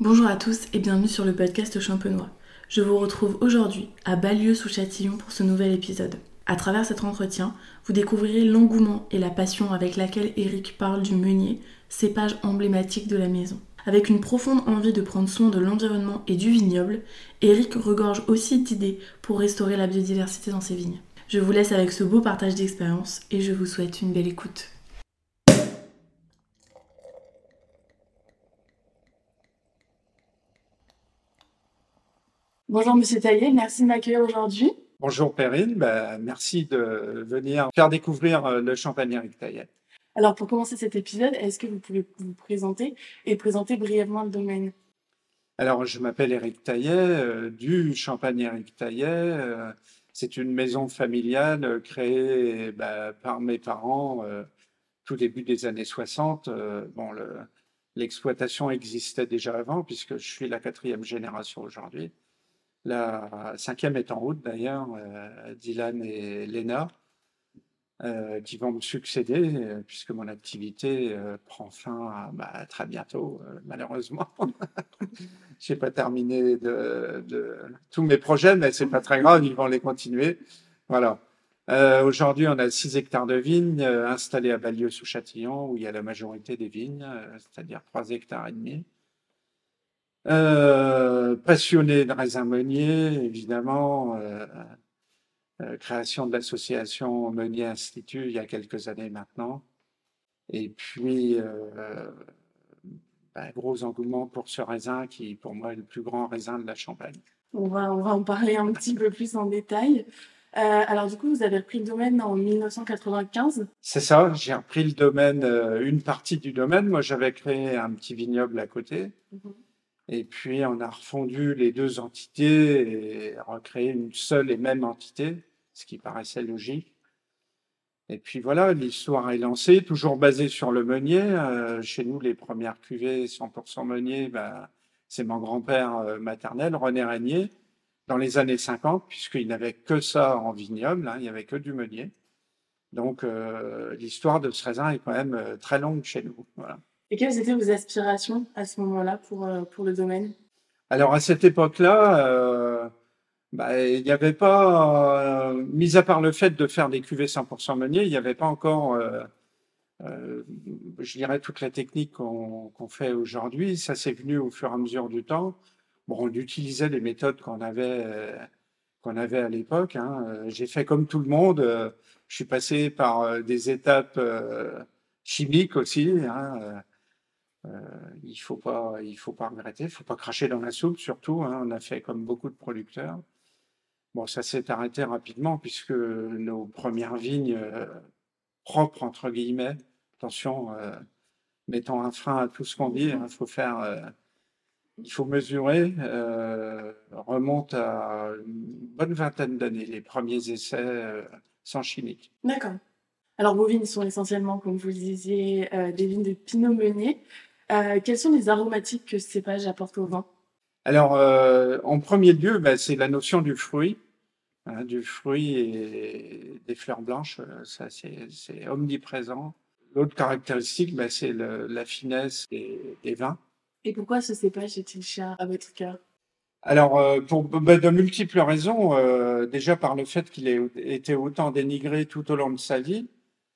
Bonjour à tous et bienvenue sur le podcast Champenois. Je vous retrouve aujourd'hui à Ballieu-sous-Châtillon pour ce nouvel épisode. À travers cet entretien, vous découvrirez l'engouement et la passion avec laquelle Eric parle du meunier, cépage emblématique de la maison. Avec une profonde envie de prendre soin de l'environnement et du vignoble, Eric regorge aussi d'idées pour restaurer la biodiversité dans ses vignes. Je vous laisse avec ce beau partage d'expérience et je vous souhaite une belle écoute. Bonjour Monsieur Taillet, merci de m'accueillir aujourd'hui. Bonjour Perrine, merci de venir faire découvrir le champagne Eric Taillet. Alors pour commencer cet épisode, est-ce que vous pouvez vous présenter et présenter brièvement le domaine? Alors je m'appelle Eric Taillet, du champagne Eric Taillet. C'est une maison familiale créée par mes parents tout début des années 60. L'exploitation existait déjà avant puisque je suis la 4e génération aujourd'hui. La 5e est en route d'ailleurs, Dylan et Léna, qui vont me succéder, puisque mon activité prend fin très bientôt, malheureusement. Je n'ai pas terminé de tous mes projets, mais c'est pas très grave, ils vont les continuer. Voilà. Aujourd'hui, on a 6 hectares de vignes installés à Ballieu-sous-Châtillon, où il y a la majorité des vignes, c'est-à-dire 3 hectares et demi. Passionné de raisin meunier, évidemment, création de l'association Meunier Institut il y a quelques années maintenant. Et puis, gros engouement pour ce raisin qui, pour moi, est le plus grand raisin de la Champagne. On va en parler un petit peu plus en détail. Alors du coup, vous avez repris le domaine en 1995. C'est ça, j'ai repris le domaine, une partie du domaine. Moi, j'avais créé un petit vignoble à côté. Et puis, on a refondu les 2 entités et recréé une seule et même entité, ce qui paraissait logique. Et puis voilà, l'histoire est lancée, toujours basée sur le meunier. Chez nous, les premières cuvées 100% meunier, c'est mon grand-père maternel, René Régnier, dans les années 50, puisqu'il n'avait que ça en vignoble, il n'y avait que du meunier. Donc, l'histoire de ce raisin est quand même très longue chez nous. Voilà. Et quelles étaient vos aspirations à ce moment-là pour le domaine? Alors, à cette époque-là, il n'y avait pas, mis à part le fait de faire des cuvées 100% meunier, il n'y avait pas encore, je dirais, toutes les techniques qu'on fait aujourd'hui. Ça s'est venu au fur et à mesure du temps. Bon, on utilisait les méthodes qu'on avait à l'époque. J'ai fait comme tout le monde. Je suis passé par des étapes chimiques aussi. Il faut pas regretter, il faut pas cracher dans la soupe surtout. On a fait comme beaucoup de producteurs. Bon, ça s'est arrêté rapidement puisque nos premières vignes propres entre guillemets, attention, mettons un frein à tout ce qu'on dit. Il faut mesurer. Remontent à une bonne vingtaine d'années les premiers essais sans chimique. D'accord. Alors vos vignes sont essentiellement, comme vous le disiez, des vignes de Pinot Meunier. Quelles sont les aromatiques que ce cépage apporte au vin? Alors, en premier lieu, c'est la notion du fruit. Du fruit et des fleurs blanches, ça c'est omniprésent. L'autre caractéristique, c'est la finesse des vins. Et pourquoi ce cépage est-il cher à votre cœur? Alors, pour de multiples raisons. Déjà par le fait qu'il ait été autant dénigré tout au long de sa vie.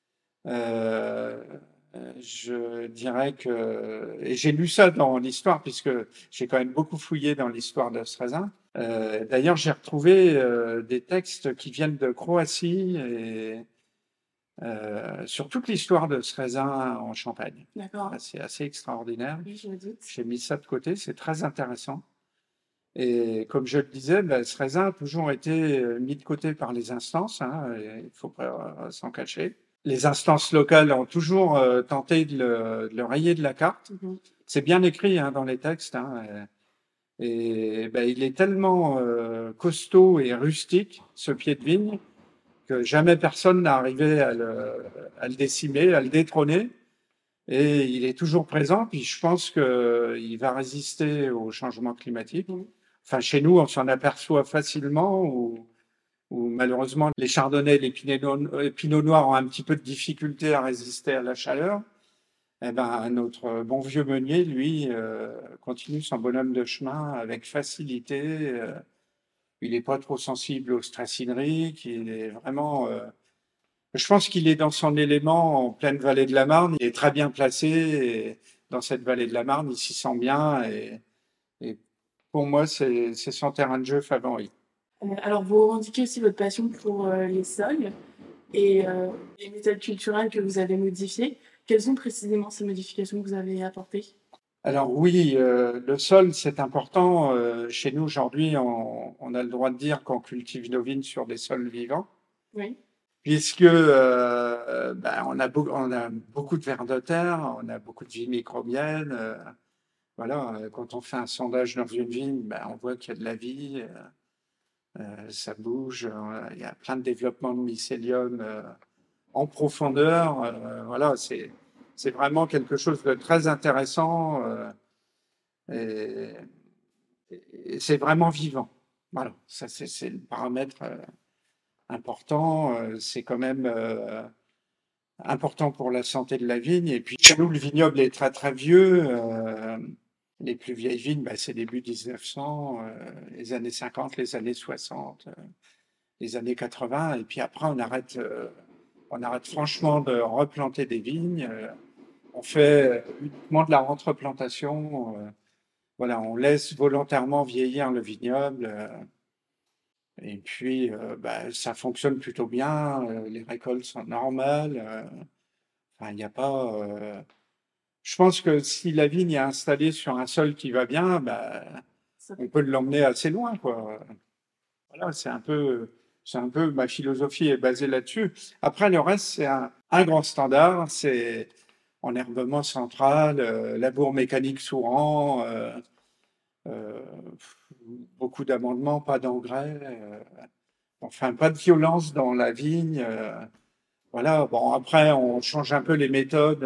Je dirais que, et j'ai lu ça dans l'histoire puisque j'ai quand même beaucoup fouillé dans l'histoire de ce raisin. D'ailleurs, j'ai retrouvé des textes qui viennent de Croatie et sur toute l'histoire de ce raisin en Champagne. D'accord. C'est assez extraordinaire. Oui, je me doute. J'ai mis ça de côté, c'est très intéressant. Et comme je le disais, ce raisin a toujours été mis de côté par les instances, il ne faut pas s'en cacher. Les instances locales ont toujours tenté de le rayer de la carte. C'est bien écrit dans les textes. Et il est tellement costaud et rustique, ce pied de vigne, que jamais personne n'a arrivé à le décimer, à le détrôner. Et il est toujours présent. Puis je pense qu'il va résister au changement climatique. Enfin, chez nous, on s'en aperçoit facilement, où malheureusement les chardonnays et les pinots noirs ont un petit peu de difficulté à résister à la chaleur. Eh ben, notre bon vieux meunier, lui, continue son bonhomme de chemin avec facilité. Il n'est pas trop sensible au stress hydrique. Il est vraiment. Je pense qu'il est dans son élément en pleine vallée de la Marne. Il est très bien placé et dans cette vallée de la Marne. Il s'y sent bien et pour moi, c'est son terrain de jeu favori. Alors, vous revendiquez aussi votre passion pour les sols et les méthodes culturelles que vous avez modifiées. Quelles sont précisément ces modifications que vous avez apportées? Alors oui, le sol, c'est important. Chez nous, aujourd'hui, on a le droit de dire qu'on cultive nos vignes sur des sols vivants, Oui. puisque ben, on a beaucoup de vers de terre, on a beaucoup de vie microbienne. Voilà, quand on fait un sondage dans une vigne, ben, on voit qu'il y a de la vie, ça bouge, il y a plein de développement de mycélium en profondeur. Voilà, c'est vraiment quelque chose de très intéressant. Et, et c'est vraiment vivant. Voilà, ça c'est le paramètre important. C'est quand même important pour la santé de la vigne. Et puis chez nous, le vignoble est très très vieux. Les plus vieilles vignes, bah, c'est début 1900, les années 50, les années 60, les années 80. Et puis après, on arrête franchement de replanter des vignes. On fait uniquement de la rentreplantation. Voilà, on laisse volontairement vieillir le vignoble. Et puis, bah, ça fonctionne plutôt bien. Les récoltes sont normales. Enfin, il n'y a pas. Je pense que si la vigne est installée sur un sol qui va bien, bah, Ça on fait- peut l'emmener assez loin, quoi. Voilà, c'est un peu ma philosophie est basée là-dessus. Après, le reste, c'est un grand standard. C'est enherbement central, labour mécanique sous rang, euh, beaucoup d'amendements, pas d'engrais. Enfin, pas de violence dans la vigne. Voilà. Bon, après, on change un peu les méthodes.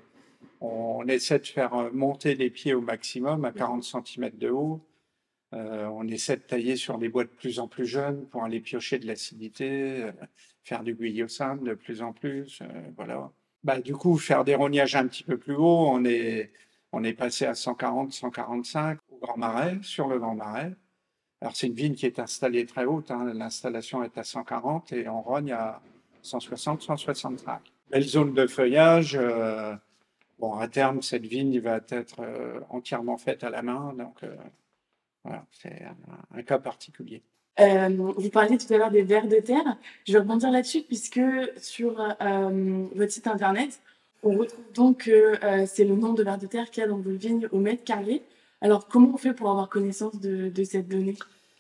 On essaie de faire monter les pieds au maximum à 40 centimètres de haut. On essaie de tailler sur des bois de plus en plus jeunes pour aller piocher de l'acidité, faire du guyot simple de plus en plus. Voilà. Bah, du coup, faire des rognages un petit peu plus haut, on est passé à 140, 145 au Grand Marais, sur le Grand Marais. Alors, c'est une vigne qui est installée très haute, hein. L'installation est à 140 et on rogne à 160, 165. Belle zone de feuillage. Bon, à terme, cette vigne va être entièrement faite à la main. Donc, voilà, c'est un cas particulier. Vous parliez tout à l'heure des vers de terre. Je vais rebondir là-dessus puisque sur votre site internet, on retrouve donc que c'est le nombre de vers de terre qu'il y a dans vos vignes au mètre carré. Alors, comment on fait pour avoir connaissance de cette donnée?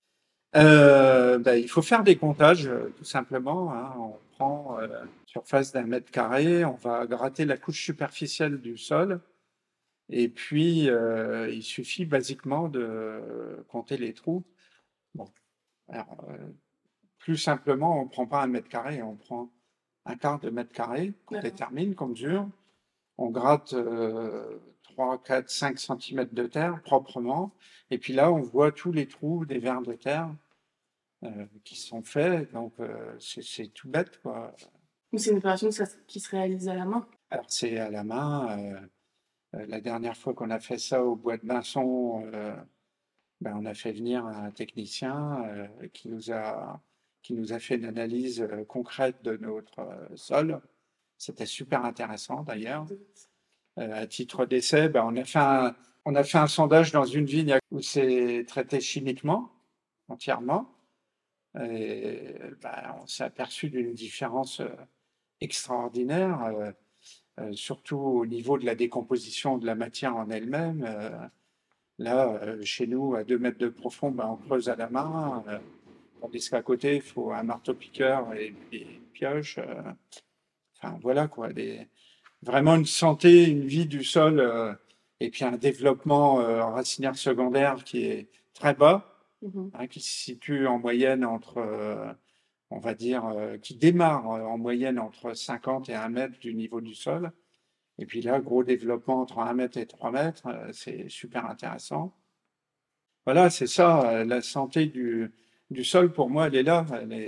Ben, il faut faire des comptages, tout simplement, hein. On prend surface d'un mètre carré, on va gratter la couche superficielle du sol, et puis il suffit basiquement de compter les trous. Bon, alors, plus simplement, on ne prend pas un mètre carré, on prend un quart de mètre carré qu'on D'accord. détermine, qu'on mesure. On gratte 3, 4, 5 centimètres de terre proprement, et puis là, on voit tous les trous des vers de terre qui sont faits. Donc, c'est tout bête, quoi. Ou c'est une opération qui se réalise à la main? Alors, c'est à la main. La dernière fois qu'on a fait ça au bois de Binson, ben, on a fait venir un technicien qui nous a fait une analyse concrète de notre sol. C'était super intéressant d'ailleurs. À titre d'essai, ben, on a fait un sondage dans une vigne où c'est traité chimiquement, entièrement. Et ben, on s'est aperçu d'une différence extraordinaire, surtout au niveau de la décomposition de la matière en elle-même. Là, chez nous, à 2 mètres de profond, ben, on creuse à la main, tandis qu'à côté, il faut un marteau-piqueur et puis une pioche. Enfin, voilà quoi. Vraiment une santé, une vie du sol, et puis un développement racinaire secondaire qui est très bas, Mhm. hein, qui se situe en moyenne entre, on va dire, qui démarre en moyenne entre 50 et 1 mètre du niveau du sol. Et puis là, gros développement entre 1 mètre et 3 mètres, c'est super intéressant. Voilà, c'est ça, la santé du sol, pour moi, elle est là.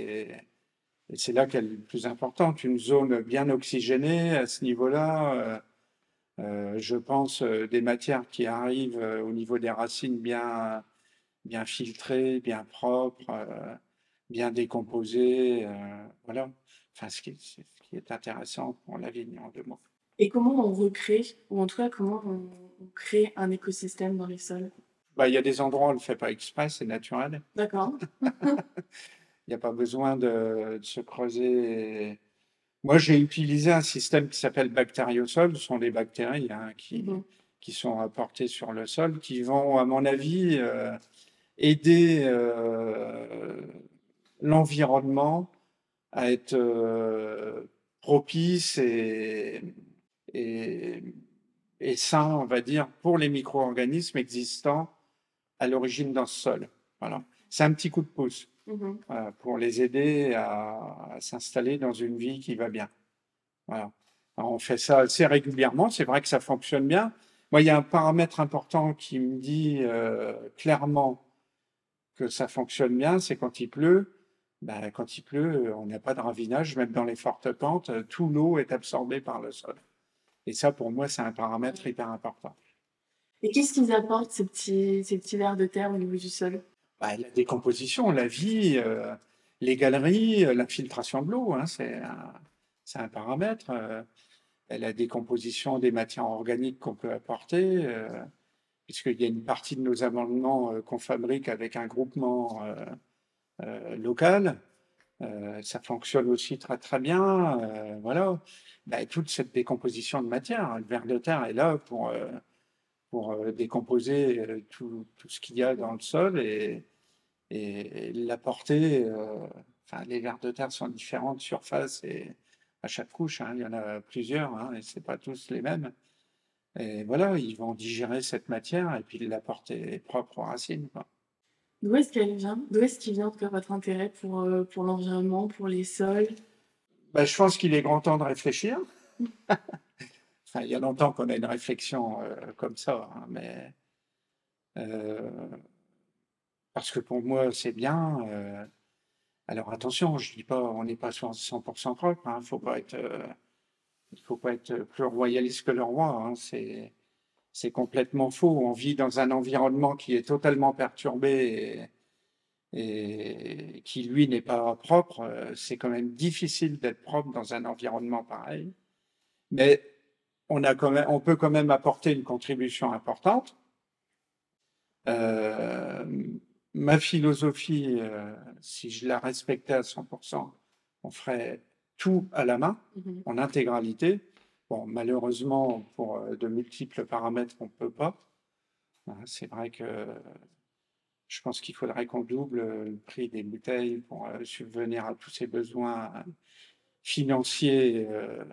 Et c'est là qu'elle est le plus importante. Une zone bien oxygénée à ce niveau-là, Je pense des matières qui arrivent au niveau des racines bien filtrées, bien propres, bien décomposées. Voilà. Enfin, ce qui est intéressant pour la vigne, en deux mots. Et comment on recrée, ou en tout cas comment on crée un écosystème dans les sols? Bah, il y a des endroits où on ne le fait pas exprès, c'est naturel. D'accord. Il n'y a pas besoin de se creuser. Moi, j'ai utilisé un système qui s'appelle bactériosol. Ce sont des bactéries Mhm. qui sont apportées sur le sol, qui vont, à mon avis, aider l'environnement à être propice et, et sain, on va dire, pour les micro-organismes existants à l'origine dans ce sol. Voilà. C'est un petit coup de pouce Mhm. pour les aider à s'installer dans une vie qui va bien. Voilà. Alors, on fait ça assez régulièrement. C'est vrai que ça fonctionne bien. Moi, il y a un paramètre important qui me dit clairement que ça fonctionne bien, c'est quand il pleut. Ben, quand il pleut, on n'a pas de ravinage, même dans les fortes pentes, tout l'eau est absorbée par le sol. Et ça, pour moi, c'est un paramètre hyper important. Et qu'est-ce qu'ils apportent, ces petits vers de terre au niveau du sol? Ben, la décomposition, la vie, les galeries, l'infiltration de l'eau, hein, c'est un paramètre. La décomposition des matières organiques qu'on peut apporter, puisqu'il y a une partie de nos amendements qu'on fabrique avec un groupement local. Ça fonctionne aussi très très bien. Voilà. Ben, toute cette décomposition de matière, le ver de terre est là pour décomposer tout ce qu'il y a dans le sol et l'apporter. Enfin, les vers de terre sont différentes surfaces et à chaque couche, hein, il y en a plusieurs, hein, et c'est pas tous les mêmes. Et voilà, ils vont digérer cette matière et puis l'apporter propre aux racines, quoi. D'où est-ce qu'elle vient? D'où est-ce qu'il vient en tout cas votre intérêt pour l'environnement, pour les sols? Ben, je pense qu'il est grand temps de réfléchir. Enfin, il y a longtemps qu'on a une réflexion comme ça, hein, mais euh, parce que pour moi, c'est bien. Alors attention, je dis pas, on n'est pas 100% propre. Hein, il faut pas être plus royaliste que le roi. Hein, c'est complètement faux. On vit dans un environnement qui est totalement perturbé et qui, lui, n'est pas propre. C'est quand même difficile d'être propre dans un environnement pareil. Mais on peut quand même apporter une contribution importante. Euh, Ma philosophie, si je la respectais à 100%, on ferait tout à la main, Mhm. en intégralité. Bon, malheureusement, pour de multiples paramètres, on ne peut pas. Hein, c'est vrai que je pense qu'il faudrait qu'on double le prix des bouteilles pour subvenir à tous ces besoins financiers.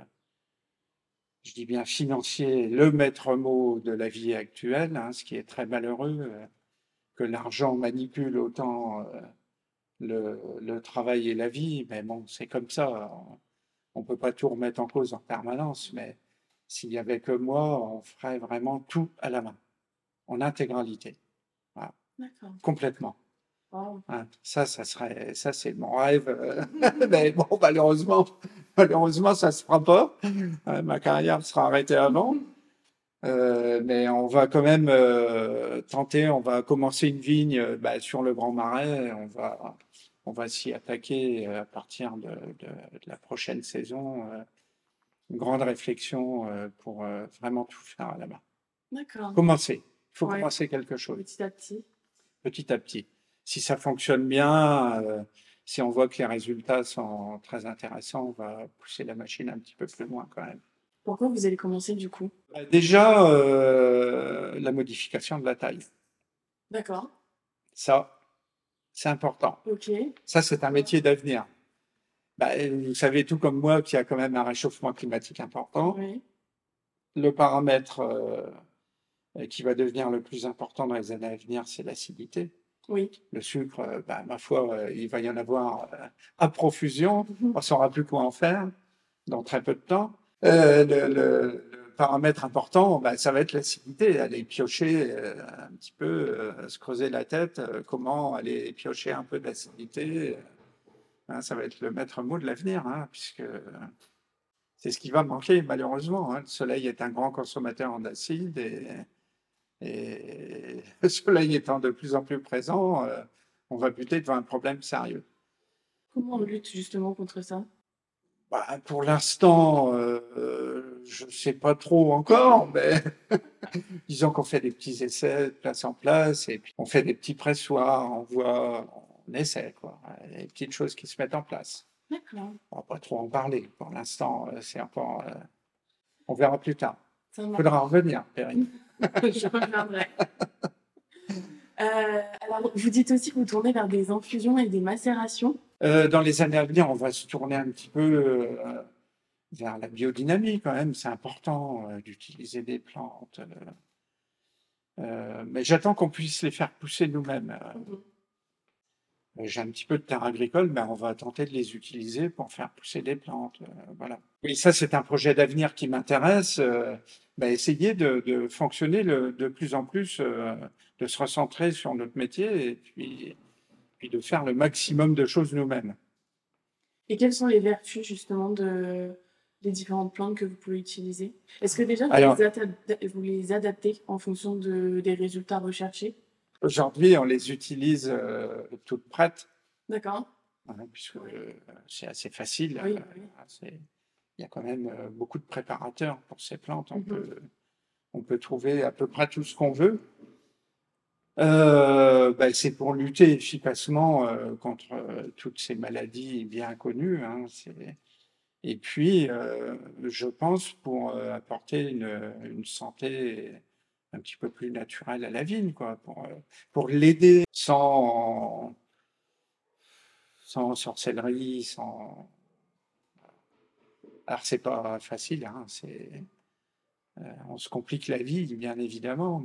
Je dis bien financiers, le maître mot de la vie actuelle, hein, ce qui est très malheureux, que l'argent manipule autant le travail et la vie. Mais bon, c'est comme ça. On ne peut pas tout remettre en cause en permanence. Mais s'il n'y avait que moi, on ferait vraiment tout à la main, en intégralité. Voilà, D'accord. complètement. Wow. Hein, ça serait, ça c'est mon rêve. Mais bon, malheureusement, ça se fera pas. Ma carrière sera arrêtée avant. Mais on va quand même tenter. On va commencer une vigne bah, sur le Grand Marais. On va s'y attaquer à partir de la prochaine saison. Une grande réflexion pour vraiment tout faire à la main. D'accord. Commencer. Il faut Ouais. commencer quelque chose. Petit à petit. Petit à petit. Si ça fonctionne bien, si on voit que les résultats sont très intéressants, on va pousser la machine un petit peu plus loin quand même. Pourquoi vous allez commencer du coup? Déjà, la modification de la taille. D'accord. Ça, c'est important. Ok. Ça, c'est un métier d'avenir. Bah, vous savez tout comme moi qu'il y a quand même un réchauffement climatique important. Oui. Le paramètre qui va devenir le plus important dans les années à venir, c'est l'acidité. Oui. Le sucre, bah, ma foi, il va y en avoir à profusion. On ne saura plus quoi en faire dans très peu de temps. Le paramètre important, bah, ça va être l'acidité. Aller piocher un petit peu, se creuser la tête, comment aller piocher un peu d'acidité. Hein, ça va être le maître mot de l'avenir, hein, puisque c'est ce qui va manquer malheureusement, hein. Le soleil est un grand consommateur en acide et le soleil étant de plus en plus présent, on va buter devant un problème sérieux. Comment on lutte justement contre ça? Bah, pour l'instant, je sais pas trop encore, mais disons qu'on fait des petits essais de place en place et puis on fait des petits pressoirs, on essaie quoi, des petites choses qui se mettent en place. D'accord, On va pas trop en parler pour l'instant, c'est encore, on verra plus tard. ça Il marche. faudra revenir, Perrine. Je reviendrai. Alors, vous dites aussi que vous tournez vers des infusions et des macérations. Dans les années à venir, on va se tourner un petit peu, vers la biodynamie quand même. C'est important, d'utiliser des plantes, mais j'attends qu'on puisse les faire pousser nous-mêmes. Mhm. J'ai un petit peu de terre agricole, mais on va tenter de les utiliser pour faire pousser des plantes, voilà. Oui, ça, c'est un projet d'avenir qui m'intéresse, essayer de fonctionner de plus en plus, de se recentrer sur notre métier et puis de faire le maximum de choses nous-mêmes. Et quelles sont les vertus justement des différentes plantes que vous pouvez utiliser? Est-ce que déjà Alors, vous les adaptez en fonction des résultats recherchés? aujourd'hui, on les utilise, toutes prêtes, D'accord. hein, puisque, c'est assez facile, Oui, oui. il y a quand même, beaucoup de préparateurs pour ces plantes. Mhm. On peut trouver à peu près tout ce qu'on veut. C'est pour lutter efficacement, contre, toutes ces maladies bien connues, hein. Et puis, je pense pour, apporter une santé un petit peu plus naturelle à la vigne, quoi, pour l'aider sans sorcellerie, sans alors c'est pas facile, hein, on se complique la vie, bien évidemment,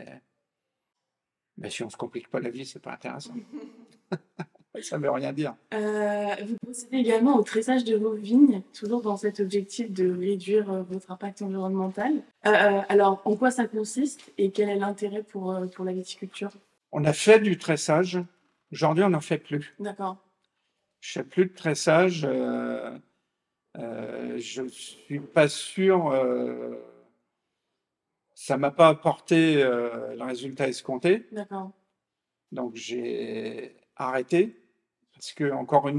mais si on se complique pas la vie, c'est pas intéressant. Ça veut rien dire. Vous procédez également au tressage de vos vignes, toujours dans cet objectif de réduire votre impact environnemental. Alors, en quoi ça consiste et quel est l'intérêt pour la viticulture? On a fait du tressage. Aujourd'hui, on n'en fait plus. D'accord. Je fais plus de tressage. Je suis pas sûr. Ça m'a pas apporté le résultat escompté, D'accord. donc j'ai arrêté parce que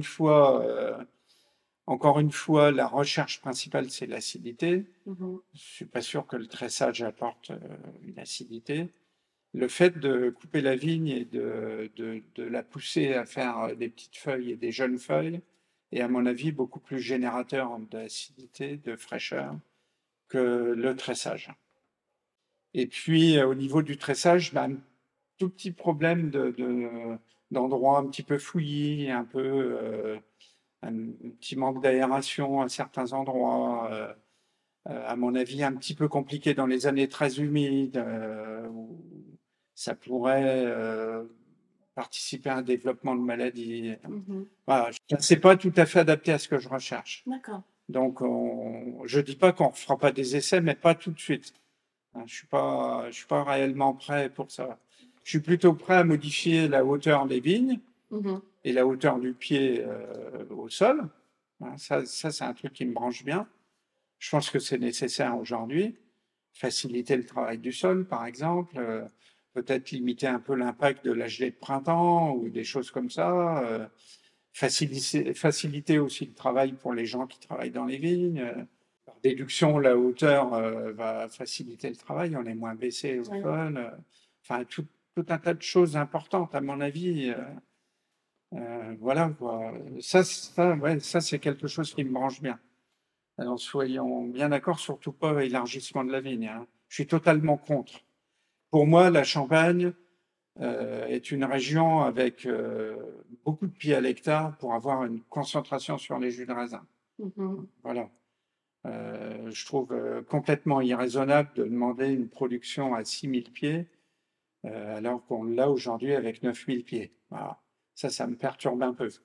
encore une fois, la recherche principale c'est l'acidité. Mhm. Je suis pas sûr que le tressage apporte une acidité. Le fait de couper la vigne et de la pousser à faire des petites feuilles et des jeunes feuilles est, à mon avis, beaucoup plus générateur d'acidité, de fraîcheur que le tressage. Et puis, au niveau du tressage, un tout petit problème d'endroits un petit peu fouillis, un petit manque d'aération à certains endroits. À mon avis, un petit peu compliqué dans les années très humides, où ça pourrait participer à un développement de maladies. Mhm. Voilà, c'est pas tout à fait adapté à ce que je recherche. D'accord. Donc, je dis pas qu'on ne fera pas des essais, mais pas tout de suite. Hein, je suis pas réellement prêt pour ça. Je suis plutôt prêt à modifier la hauteur des vignes Mhm. et la hauteur du pied au sol. Hein, ça c'est un truc qui me branche bien. Je pense que c'est nécessaire aujourd'hui. Faciliter le travail du sol, par exemple, peut-être limiter un peu l'impact de la gelée de printemps ou des choses comme ça. Faciliter aussi le travail pour les gens qui travaillent dans les vignes. Par déduction, la hauteur va faciliter le travail, on est moins baissé au Ouais. sol. Enfin, tout un tas de choses importantes, à mon avis. Voilà, quoi. Ouais, ça, c'est quelque chose qui me branche bien. Alors, soyons bien d'accord, surtout pas élargissement de la vigne, hein. Je suis totalement contre. Pour moi, la Champagne est une région avec beaucoup de pieds à l'hectare pour avoir une concentration sur les jus de raisin. Mhm. Voilà. Je trouve complètement irraisonnable de demander une production à 6000 pieds alors qu'on l'a aujourd'hui avec 9000 pieds. Voilà. Ça me perturbe un peu.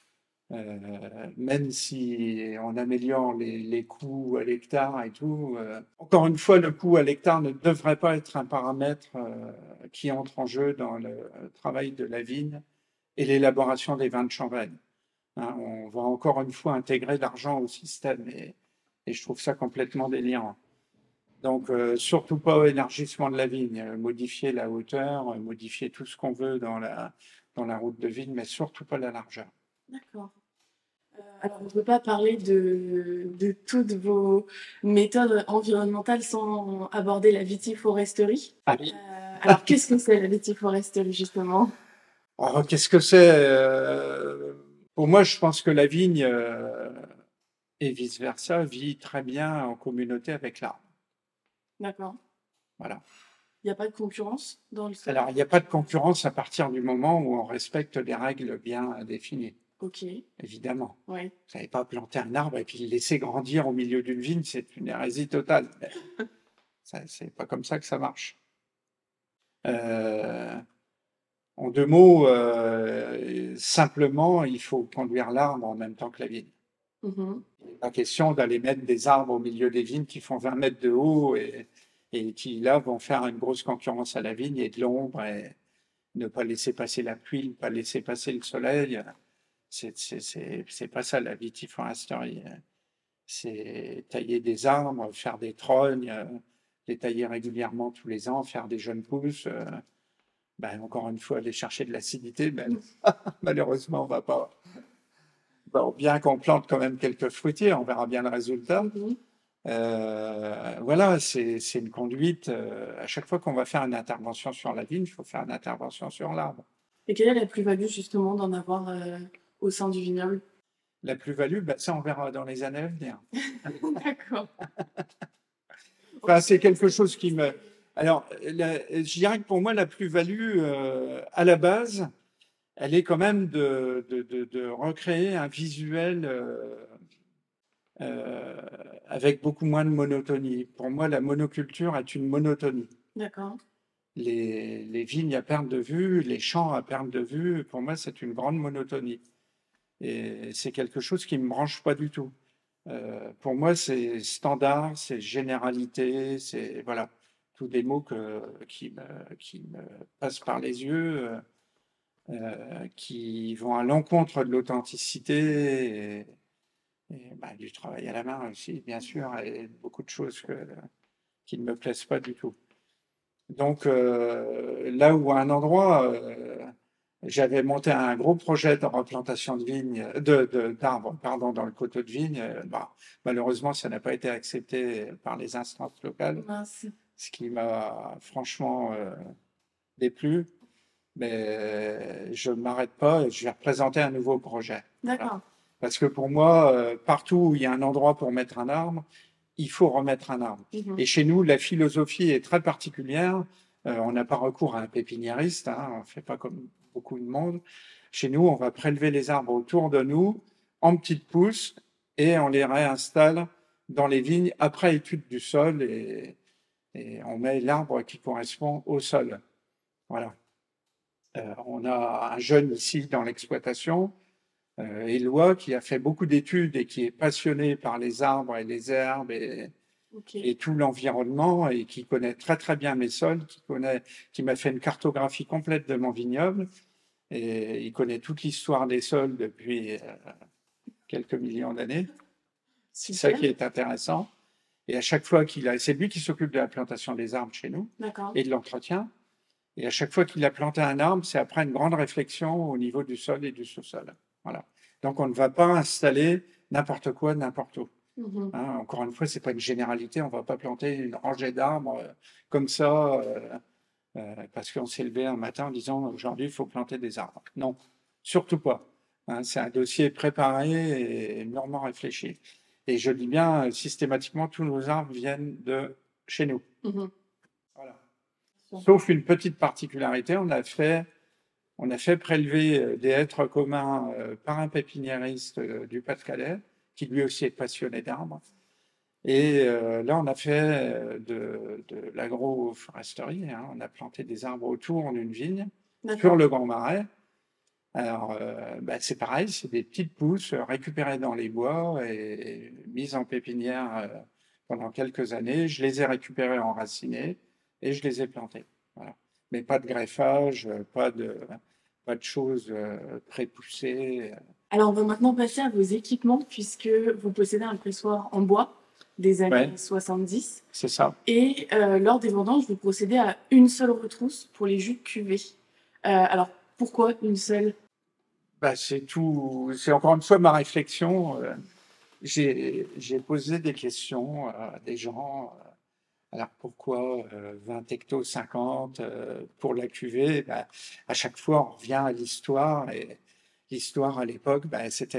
Même si on améliore les coûts à l'hectare et tout. Encore une fois, le coût à l'hectare ne devrait pas être un paramètre qui entre en jeu dans le travail de la vigne et l'élaboration des vins de Champagne. Hein, on va encore une fois intégrer l'argent au système Et je trouve ça complètement délirant. Donc, surtout pas élargissement de la vigne, modifier la hauteur, modifier tout ce qu'on veut dans la route de vigne, mais surtout pas la largeur. D'accord. Alors, on ne peut pas parler de toutes vos méthodes environnementales sans aborder la vitiforesterie. Ah oui. Alors, qu'est-ce que c'est la vitiforesterie, justement? Alors, qu'est-ce que c'est? Pour moi, je pense que la vigne et vice-versa vit très bien en communauté avec l'arbre. D'accord. Voilà. Il n'y a pas de concurrence dans le sol? Alors, il n'y a pas de concurrence à partir du moment où on respecte des règles bien définies. Ok. Évidemment. Ouais. Vous n'allez pas planter un arbre et puis le laisser grandir au milieu d'une vigne, c'est une hérésie totale. C'est pas comme ça que ça marche. En deux mots, simplement, il faut conduire l'arbre en même temps que la vigne. Mhm. Il n'est pas question d'aller mettre des arbres au milieu des vignes qui font 20 mètres de haut et qui, là, vont faire une grosse concurrence à la vigne et de l'ombre et ne pas laisser passer la pluie, ne pas laisser passer le soleil. C'est pas ça la vitiforesterie. C'est tailler des arbres, faire des trognes, les tailler régulièrement tous les ans, faire des jeunes pousses. Ben, encore une fois, aller chercher de l'acidité, ben, malheureusement, on va pas. Bon, bien qu'on plante quand même quelques fruitiers, on verra bien le résultat. Mhm. Voilà, c'est une conduite. À chaque fois qu'on va faire une intervention sur la vigne, il faut faire une intervention sur l'arbre. Et quelle est la plus-value, justement, d'en avoir au sein du vignoble? La plus-value, ben, ça, on verra dans les années à venir. D'accord. Enfin, c'est quelque chose qui me. Alors, je dirais que pour moi, la plus-value, à la base, elle est quand même de recréer un visuel avec beaucoup moins de monotonie. Pour moi, la monoculture est une monotonie. D'accord. Les vignes à perte de vue, les champs à perte de vue, pour moi, c'est une grande monotonie. Et c'est quelque chose qui ne me branche pas du tout. Pour moi, c'est standard, c'est généralité, c'est voilà, tous des mots qui me passent par les yeux, qui vont à l'encontre de l'authenticité et bah, du travail à la main aussi, bien sûr, et beaucoup de choses qui ne me plaisent pas du tout. Donc, là où à un endroit, j'avais monté un gros projet de replantation de vignes, d'arbres, pardon, dans le coteau de vigne. Bah, malheureusement, ça n'a pas été accepté par les instances locales, Mince. ce qui m'a franchement déplu. Mais je ne m'arrête pas et je vais représenter un nouveau projet. Voilà. D'accord. Parce que pour moi, partout où il y a un endroit pour mettre un arbre, il faut remettre un arbre. Mhm. Et chez nous, la philosophie est très particulière. On n'a pas recours à un pépiniériste, hein, on ne fait pas comme beaucoup de monde. Chez nous, on va prélever les arbres autour de nous en petites pousses et on les réinstalle dans les vignes après étude du sol et on met l'arbre qui correspond au sol. Voilà. On a un jeune ici dans l'exploitation, Éloi, qui a fait beaucoup d'études et qui est passionné par les arbres et les herbes Ok. et tout l'environnement et qui connaît très très bien mes sols, qui m'a fait une cartographie complète de mon vignoble et il connaît toute l'histoire des sols depuis quelques millions d'années. C'est ça Super. qui est intéressant. Et à chaque fois c'est lui qui s'occupe de la plantation des arbres chez nous D'accord. et de l'entretien. Et à chaque fois qu'il a planté un arbre, c'est après une grande réflexion au niveau du sol et du sous-sol. Voilà. Donc on ne va pas installer n'importe quoi, n'importe où. Mhm. Hein, encore une fois, c'est pas une généralité. On va pas planter une rangée d'arbres comme ça parce qu'on s'est levé un matin en disant aujourd'hui il faut planter des arbres. Non, surtout pas. Hein, c'est un dossier préparé et mûrement réfléchi. Et je dis bien systématiquement, tous nos arbres viennent de chez nous. Mhm. Voilà. Sauf une petite particularité, on a fait prélever des hêtres communs par un pépiniériste du Pas-de-Calais, qui lui aussi est passionné d'arbres. Et là, on a fait de l'agroforesterie. Hein. On a planté des arbres autour d'une vigne sur le Grand Marais. Alors, bah, c'est pareil, c'est des petites pousses récupérées dans les bois et mises en pépinière pendant quelques années. Je les ai récupérées enracinées et je les ai plantées. Voilà. Mais pas de greffage, pas de choses prépoussées. Alors, on va maintenant passer à vos équipements puisque vous possédez un pressoir en bois. des années Ouais, 70. c'est ça. Et lors des vendanges, vous procédez à une seule retrousse pour les jus de cuvée. Alors, pourquoi une seule? Bah, c'est tout. C'est encore une fois ma réflexion. J'ai posé des questions à des gens. Alors pourquoi 20 hectos 50 pour la cuvée? Bah, à chaque fois, on revient à l'histoire. Et l'histoire à l'époque, bah, c'était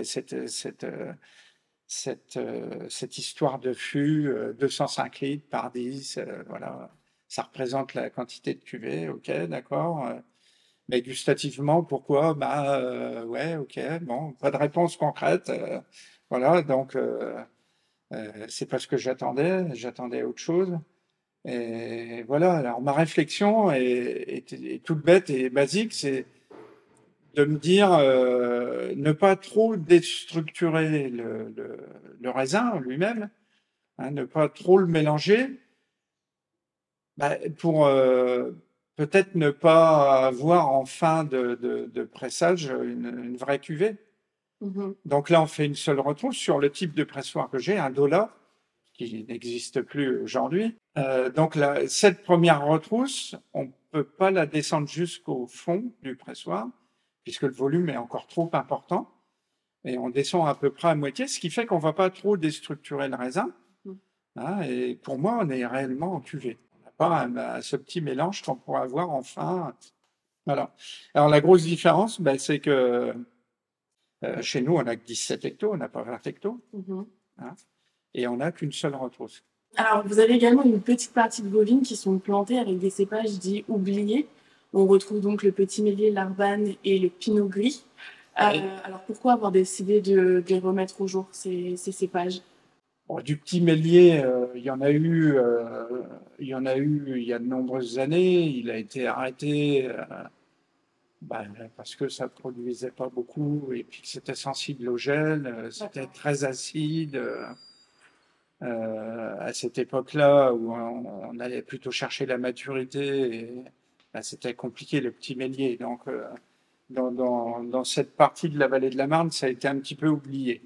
cette histoire de fût, 205 litres par 10. Voilà. Ça représente la quantité de cuvée. Ok, d'accord. Mais gustativement, pourquoi? Bah ouais, ok, bon, pas de réponse concrète. Voilà, donc c'est pas ce que j'attendais. J'attendais autre chose. Et voilà, alors ma réflexion est toute bête et basique, c'est de me dire ne pas trop déstructurer le raisin lui-même, hein, ne pas trop le mélanger, bah, pour peut-être ne pas avoir en fin de pressage une vraie cuvée. Mhm. Donc là, on fait une seule retrousse sur le type de pressoir que j'ai, un Dola, qui n'existe plus aujourd'hui. Donc cette première retrousse, on ne peut pas la descendre jusqu'au fond du pressoir, puisque le volume est encore trop important. Et on descend à peu près à moitié, ce qui fait qu'on ne va pas trop déstructurer le raisin. Mhm. Hein, et pour moi, on est réellement en cuvée. On n'a pas ce petit mélange qu'on pourrait avoir en fin. Voilà. Alors la grosse différence, ben, c'est que chez nous, on n'a que 17 hectos, on n'a pas 20 hectos. Mhm. Hein, et on n'a qu'une seule retrousse. Alors, vous avez également une petite partie de bovines qui sont plantées avec des cépages dits oubliés. On retrouve donc le petit meslier, l'arbane et le pinot gris. Ouais. Alors, pourquoi avoir décidé de les remettre au jour, ces cépages? Bon, du petit meslier, il y en a eu, il y en a eu il y a de nombreuses années. Il a été arrêté bah, parce que ça produisait pas beaucoup et puis que c'était sensible au gel, c'était D'accord. très acide. À cette époque-là, où on allait plutôt chercher la maturité, et, bah, c'était compliqué le petit meslier. Donc, dans cette partie de la vallée de la Marne, ça a été un petit peu oublié.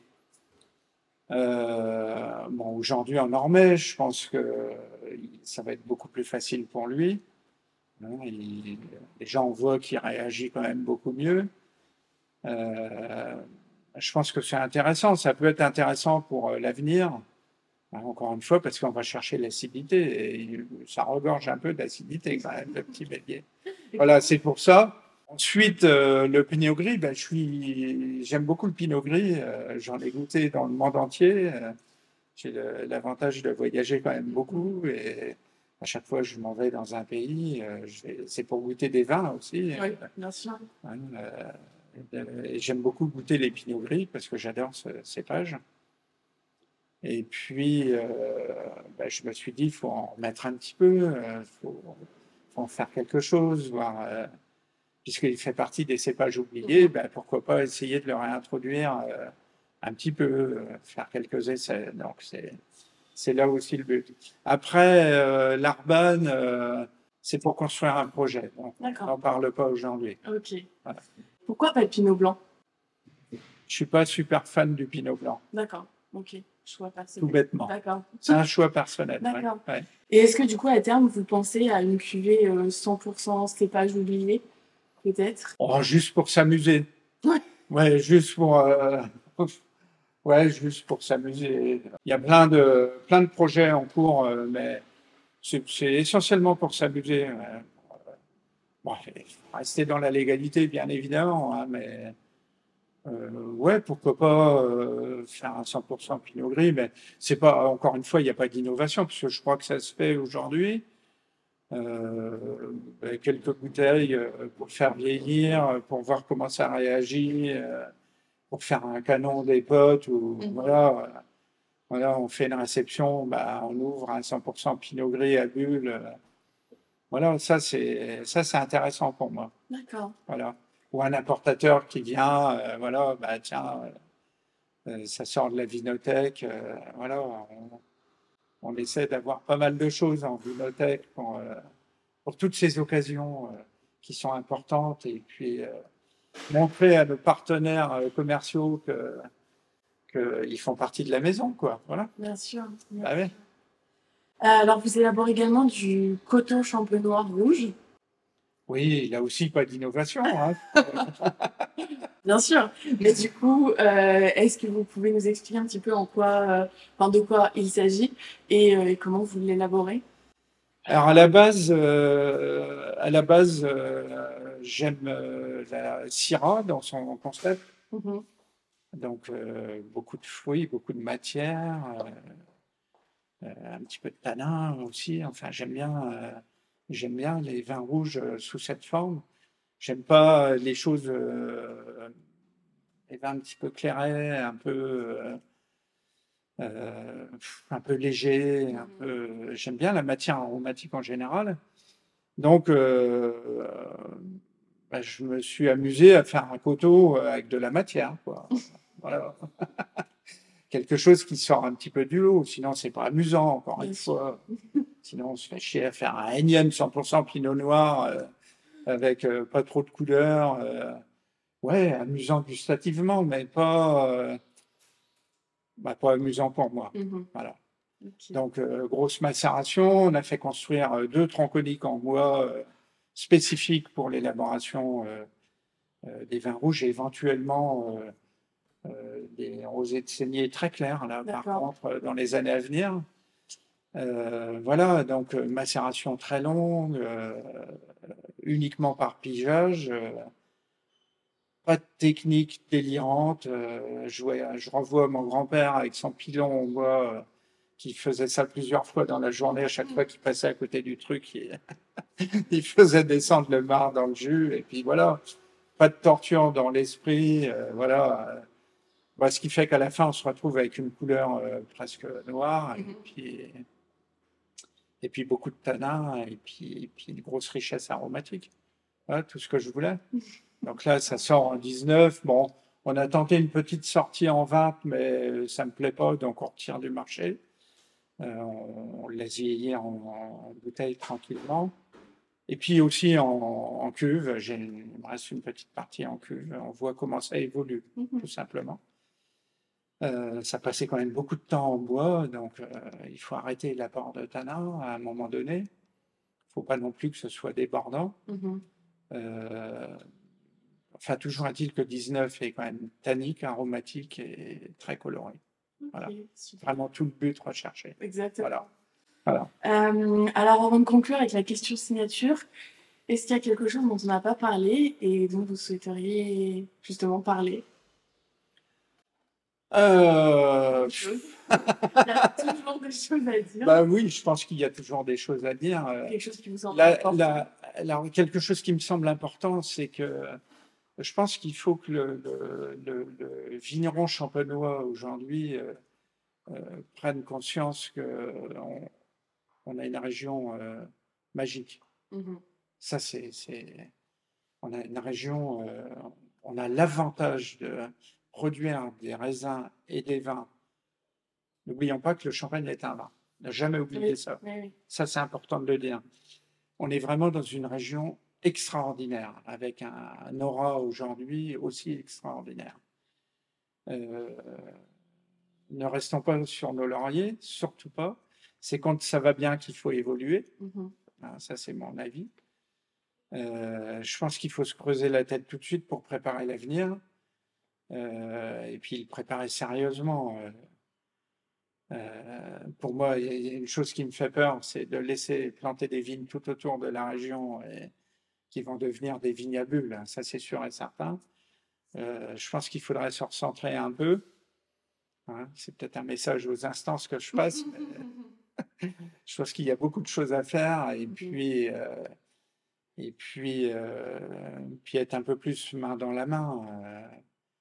Bon, aujourd'hui en Norvège, je pense que ça va être beaucoup plus facile pour lui. Hein, les gens voient qu'il réagit quand même beaucoup mieux. Euh, je pense que c'est intéressant. Ça peut être intéressant pour l'avenir. Hein, encore une fois, parce qu'on va chercher l'acidité et ça regorge un peu d'acidité quand même, le petit bélier. Voilà, c'est pour ça. Ensuite, le pinot gris, ben, j'aime beaucoup le pinot gris. J'en ai goûté dans le monde entier. J'ai l'avantage de voyager quand même beaucoup et à chaque fois que je m'en vais dans un pays, c'est pour goûter des vins aussi. Oui, bien sûr. Hein, et j'aime beaucoup goûter les pinots gris parce que j'adore ce cépage. Et puis, ben, je me suis dit, il faut en remettre un petit peu, faut en faire quelque chose, voir, puisqu'il fait partie des cépages oubliés, ben, pourquoi pas essayer de le réintroduire un petit peu, faire quelques essais. Donc, c'est là aussi le but. Après, l'Arbane, c'est pour construire un projet. Donc, on D'accord. n'en parle pas aujourd'hui. Ok. Voilà. Pourquoi pas de pinot blanc? Je suis pas super fan du pinot blanc, D'accord. Ok. Choix tout personnel. bêtement. D'accord. C'est un choix personnel. Ouais, D'accord. ouais. Et est-ce que du coup, à terme, vous pensez à une cuvée 100% cépage oublié, peut-être? Oh, juste pour s'amuser. Ouais. Ouais, ouais, juste pour s'amuser. Il y a plein de projets en cours, mais c'est essentiellement pour s'amuser. Bon, il faut rester dans la légalité, bien évidemment, hein, mais ouais, pourquoi pas faire un 100% Pinot Gris, mais c'est pas, encore une fois, il n'y a pas d'innovation, parce que je crois que ça se fait aujourd'hui. Avec quelques bouteilles pour faire vieillir, pour voir comment ça réagit, pour faire un canon des potes, ou voilà, voilà, on fait une réception, bah, on ouvre un 100% Pinot Gris à bulles. Voilà, ça c'est intéressant pour moi. D'accord. Voilà. Ou un importateur qui vient, voilà, bah tiens, ça sort de la vinothèque, voilà, on essaie d'avoir pas mal de choses en vinothèque pour toutes ces occasions qui sont importantes et puis montrer à nos partenaires commerciaux que qu'ils font partie de la maison, quoi. Voilà. Bien sûr. Bah ouais. Alors, vous élaborez également du coton champenois rouge. Oui, là aussi, pas d'innovation, hein. Bien sûr. Mais du coup, est-ce que vous pouvez nous expliquer un petit peu de quoi il s'agit et comment vous l'élaborez? Alors à la base, j'aime la Syrah dans son concept. Mhm. Donc beaucoup de fruits, beaucoup de matière, un petit peu de tanin aussi. Enfin, j'aime bien les vins rouges sous cette forme. J'aime pas les choses, les vins un petit peu clairets, un peu légers, un peu. J'aime bien la matière aromatique en général. Donc, bah, je me suis amusé à faire un coteau avec de la matière, quoi. Voilà. Quelque chose qui sort un petit peu du lot, sinon c'est pas amusant, encore une fois. Sinon, on se fait chier à faire un énième 100% pinot noir avec pas trop de couleurs. Ouais, amusant gustativement, mais pas amusant pour moi. Mhm. Voilà. Ok. Donc, grosse macération. On a fait construire 2 tronconiques en bois spécifiques pour l'élaboration des vins rouges et éventuellement des rosés de saignée très clairs, là, par D'accord. contre, dans les années à venir. Voilà, donc macération très longue, uniquement par pigeage. Pas de technique délirante. Je revois mon grand-père avec son pilon en bois qui faisait ça plusieurs fois dans la journée. À chaque fois qu'il passait à côté du truc, il faisait descendre le marc dans le jus. Et puis voilà, pas de torture dans l'esprit. Voilà. Bah, ce qui fait qu'à la fin, on se retrouve avec une couleur presque noire. Et puis beaucoup de tanin. Et puis une grosse richesse aromatique. Voilà, tout ce que je voulais. Donc là, ça sort en 19. Bon, on a tenté une petite sortie en 20, mais ça ne me plaît pas, donc on retire du marché. On laisse vieillir en bouteille tranquillement. Et puis aussi en cuve, il me reste une petite partie en cuve. On voit comment ça évolue, tout simplement. Ça passait quand même beaucoup de temps en bois, donc il faut arrêter l'apport de tanin à un moment donné. Il ne faut pas non plus que ce soit débordant. Euh, Enfin, toujours est-il que 19 est quand même tannique, aromatique et très coloré. Voilà. Super. Vraiment tout le but recherché. Exactement. Voilà. Alors, avant de conclure avec la question signature, est-ce qu'il y a quelque chose dont on n'a pas parlé et dont vous souhaiteriez justement parler? Il y a toujours des choses à dire. Bah oui, je pense qu'il y a toujours des choses à dire. Quelque chose qui vous semble important. Alors, quelque chose qui me semble important, c'est que je pense qu'il faut que le vigneron champenois aujourd'hui prenne conscience qu'on a une région magique. Ça, on a une région, on a l'avantage de produire des raisins et des vins. N'oublions pas que le champagne est un vin. On n'a jamais oublié ça. Oui. Ça, c'est important de le dire. On est vraiment dans une région extraordinaire, avec un aura aujourd'hui aussi extraordinaire. Ne restons pas sur nos lauriers, surtout pas. C'est quand ça va bien qu'il faut évoluer. Ça, c'est mon avis. Je pense qu'il faut se creuser la tête tout de suite pour préparer l'avenir. Et puis le préparer sérieusement. Pour moi, il y a une chose qui me fait peur, c'est de laisser planter des vignes tout autour de la région et qui vont devenir des vignes à bulles. Ça, c'est sûr et certain. Je pense qu'il faudrait se recentrer un peu. Hein, c'est peut-être un message aux instances que je passe. Mais je pense qu'il y a beaucoup de choses à faire puis être un peu plus main dans la main.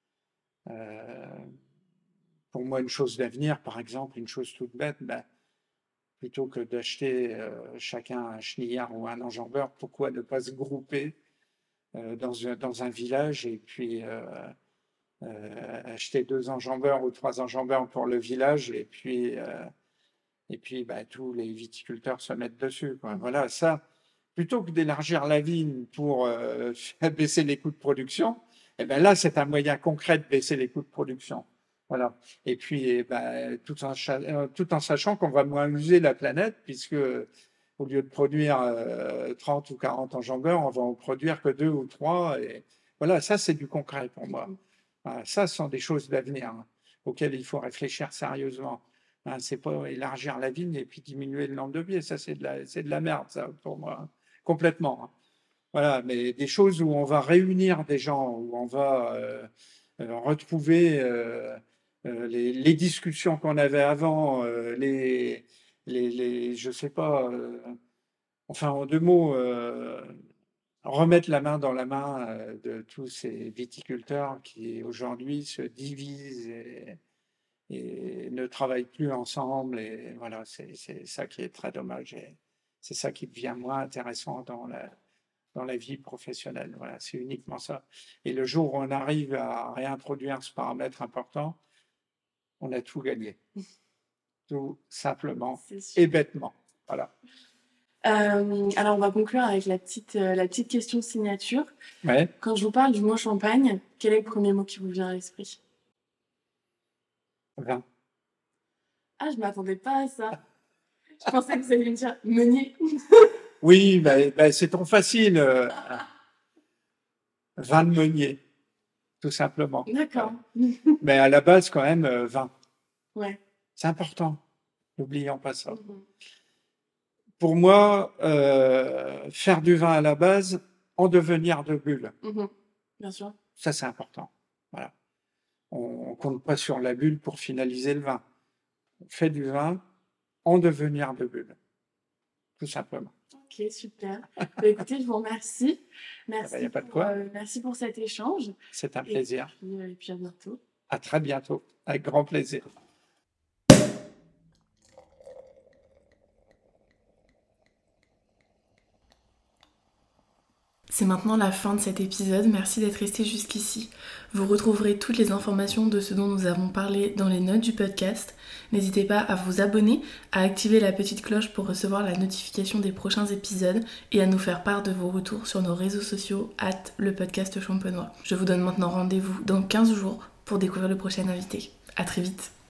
Pour moi, une chose d'avenir, par exemple, une chose toute bête, plutôt que d'acheter chacun un chenillard ou un enjambeur, pourquoi ne pas se grouper dans un village et puis acheter 2 enjambeurs ou 3 enjambeurs pour le village et puis tous les viticulteurs se mettent dessus, quoi. Voilà, ça, plutôt que d'élargir la vigne pour faire baisser les coûts de production, eh ben là, c'est un moyen concret de baisser les coûts de production. Voilà. Et puis, tout en sachant qu'on va moins user la planète, puisque au lieu de produire 30 ou 40 enjambeurs, on va en produire que 2 ou 3. Et voilà, ça, c'est du concret pour moi. Voilà, ça, ce sont des choses d'avenir auxquelles il faut réfléchir sérieusement. C'est pas élargir la vigne et puis diminuer le nombre de pieds. Ça, c'est de la merde, ça, pour moi, complètement. Voilà, mais des choses où on va réunir des gens, où on va retrouver les discussions qu'on avait avant, je sais pas, enfin, en 2 mots, remettre la main dans la main de tous ces viticulteurs qui aujourd'hui se divisent et ne travaillent plus ensemble. Et voilà, c'est ça qui est très dommage. Et c'est ça qui devient moins intéressant dans la vie professionnelle. Voilà, c'est uniquement ça. Et le jour où on arrive à réintroduire ce paramètre important, on a tout gagné. Tout simplement et bêtement. Voilà. Alors, on va conclure avec la petite question signature. Ouais. Quand je vous parle du mot champagne, quel est le premier mot qui vous vient à l'esprit? Vin. Ah, je ne m'attendais pas à ça. Je pensais que vous alliez me dire meunier. Oui, c'est trop facile. Vin de meunier, tout simplement. D'accord. Mais à la base, quand même, vin. Ouais. C'est important. N'oublions pas ça. Pour moi, faire du vin à la base, en devenir de bulle. Bien sûr. Ça, c'est important. Voilà. On compte pas sur la bulle pour finaliser le vin. On fait du vin en devenir de bulle. Tout simplement. Ok, super. Écoutez, je vous remercie. Merci. Y a pas de quoi. Merci pour cet échange. C'est un plaisir. Et puis à bientôt. À très bientôt. Avec grand plaisir. C'est maintenant la fin de cet épisode, merci d'être resté jusqu'ici. Vous retrouverez toutes les informations de ce dont nous avons parlé dans les notes du podcast. N'hésitez pas à vous abonner, à activer la petite cloche pour recevoir la notification des prochains épisodes et à nous faire part de vos retours sur nos réseaux sociaux @lepodcastchampenois. Je vous donne maintenant rendez-vous dans 15 jours pour découvrir le prochain invité. À très vite.